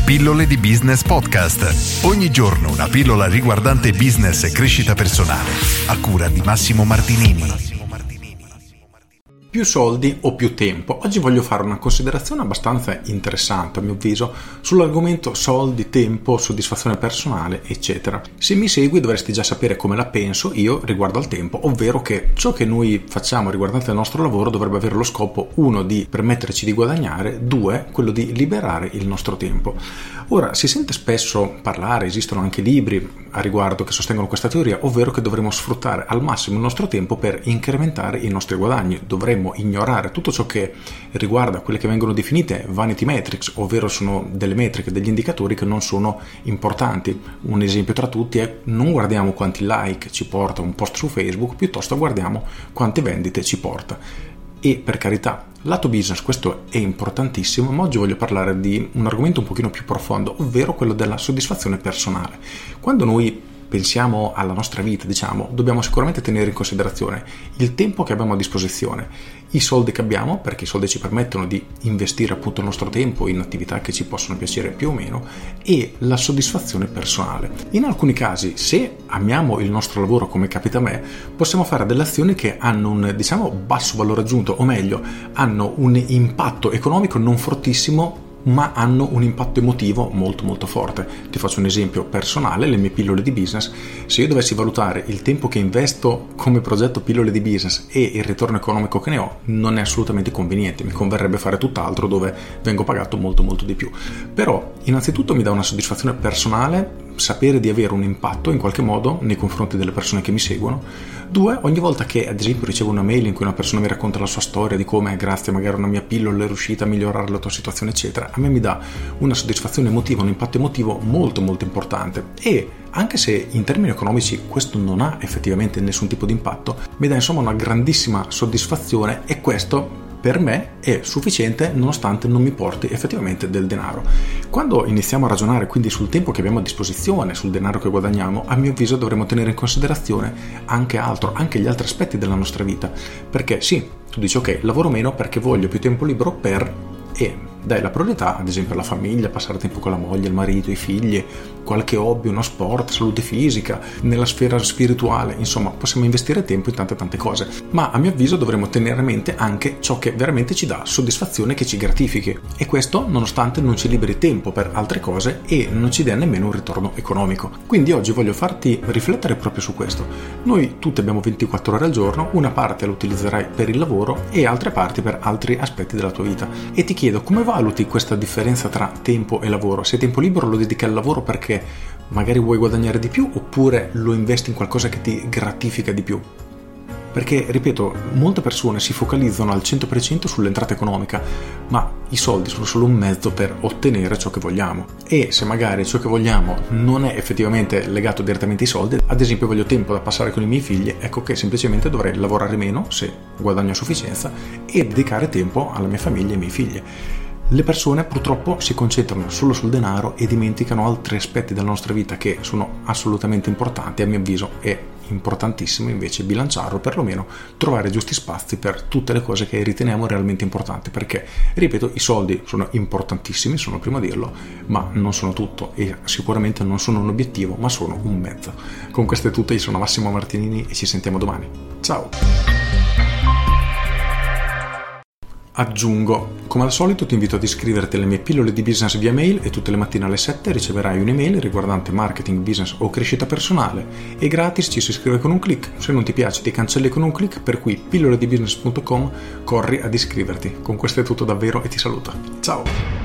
Pillole di Business Podcast. Ogni giorno una pillola riguardante business e crescita personale. A cura di Massimo Martinini. Più soldi o più tempo? Oggi voglio fare una considerazione abbastanza interessante, a mio avviso, sull'argomento soldi, tempo, soddisfazione personale, eccetera. Se mi segui dovresti già sapere come la penso io riguardo al tempo, ovvero che ciò che noi facciamo riguardante il nostro lavoro dovrebbe avere lo scopo, 1, di permetterci di guadagnare, 2, quello di liberare il nostro tempo. Ora, si sente spesso parlare, esistono anche libri a riguardo che sostengono questa teoria, ovvero che dovremmo sfruttare al massimo il nostro tempo per incrementare i nostri guadagni. Dovremmo ignorare tutto ciò che riguarda quelle che vengono definite vanity metrics, ovvero sono delle metriche, degli indicatori che non sono importanti. Un esempio tra tutti è: non guardiamo quanti like ci porta un post su Facebook, piuttosto guardiamo quante vendite ci porta. E per carità, lato business questo è importantissimo, ma oggi voglio parlare di un argomento un pochino più profondo, ovvero quello della soddisfazione personale. Quando noi pensiamo alla nostra vita, dobbiamo sicuramente tenere in considerazione il tempo che abbiamo a disposizione, i soldi che abbiamo, perché i soldi ci permettono di investire appunto il nostro tempo in attività che ci possono piacere più o meno, e la soddisfazione personale. In alcuni casi, se amiamo il nostro lavoro come capita a me, possiamo fare delle azioni che hanno un basso valore aggiunto, o meglio, hanno un impatto economico non fortissimo, ma hanno un impatto emotivo molto molto forte. Ti faccio un esempio personale: le mie pillole di business. Se io dovessi valutare il tempo che investo come progetto pillole di business e il ritorno economico che ne ho, non è assolutamente conveniente, mi converrebbe fare tutt'altro dove vengo pagato molto molto di più. Però innanzitutto mi dà una soddisfazione personale sapere di avere un impatto in qualche modo nei confronti delle persone che mi seguono. 2, ogni volta che ad esempio ricevo una mail in cui una persona mi racconta la sua storia di come grazie magari a una mia pillola è riuscita a migliorare la tua situazione eccetera, a me mi dà una soddisfazione emotiva, un impatto emotivo molto molto importante. E anche se in termini economici questo non ha effettivamente nessun tipo di impatto, mi dà insomma una grandissima soddisfazione, e questo per me è sufficiente nonostante non mi porti effettivamente del denaro. Quando iniziamo a ragionare quindi sul tempo che abbiamo a disposizione, sul denaro che guadagniamo, a mio avviso dovremmo tenere in considerazione anche altro, anche gli altri aspetti della nostra vita. Perché sì, tu dici ok, lavoro meno perché voglio più tempo libero e dai la priorità ad esempio alla famiglia, passare tempo con la moglie, il marito, i figli, qualche hobby, uno sport, salute fisica, nella sfera spirituale, insomma possiamo investire tempo in tante cose, ma a mio avviso dovremmo tenere a mente anche ciò che veramente ci dà soddisfazione, che ci gratifichi, e questo nonostante non ci liberi tempo per altre cose e non ci dia nemmeno un ritorno economico. Quindi oggi voglio farti riflettere proprio su questo. Noi tutti abbiamo 24 ore al giorno, una parte la utilizzerai per il lavoro e altre parti per altri aspetti della tua vita, e ti chiedo: come valuti questa differenza tra tempo e lavoro? Se tempo libero lo dedichi al lavoro perché magari vuoi guadagnare di più, oppure lo investi in qualcosa che ti gratifica di più? Perché, ripeto, molte persone si focalizzano al 100% sull'entrata economica, ma i soldi sono solo un mezzo per ottenere ciò che vogliamo. E se magari ciò che vogliamo non è effettivamente legato direttamente ai soldi, ad esempio voglio tempo da passare con i miei figli, ecco che semplicemente dovrei lavorare meno se guadagno a sufficienza e dedicare tempo alla mia famiglia e ai miei figli. Le persone purtroppo si concentrano solo sul denaro e dimenticano altri aspetti della nostra vita che sono assolutamente importanti. A mio avviso è importantissimo invece bilanciarlo, perlomeno trovare i giusti spazi per tutte le cose che riteniamo realmente importanti, perché, ripeto, i soldi sono importantissimi, sono il primo a dirlo, ma non sono tutto e sicuramente non sono un obiettivo, ma sono un mezzo. Con questo è tutto, io sono Massimo Martinini e ci sentiamo domani. Ciao! Aggiungo, come al solito ti invito ad iscriverti alle mie pillole di business via mail, e tutte le mattine alle 7 riceverai un'email riguardante marketing, business o crescita personale, e gratis ci si iscrive con un click. Se non ti piace ti cancelli con un click, per cui pilloledibusiness.com, corri ad iscriverti. Con questo è tutto davvero e ti saluto. Ciao!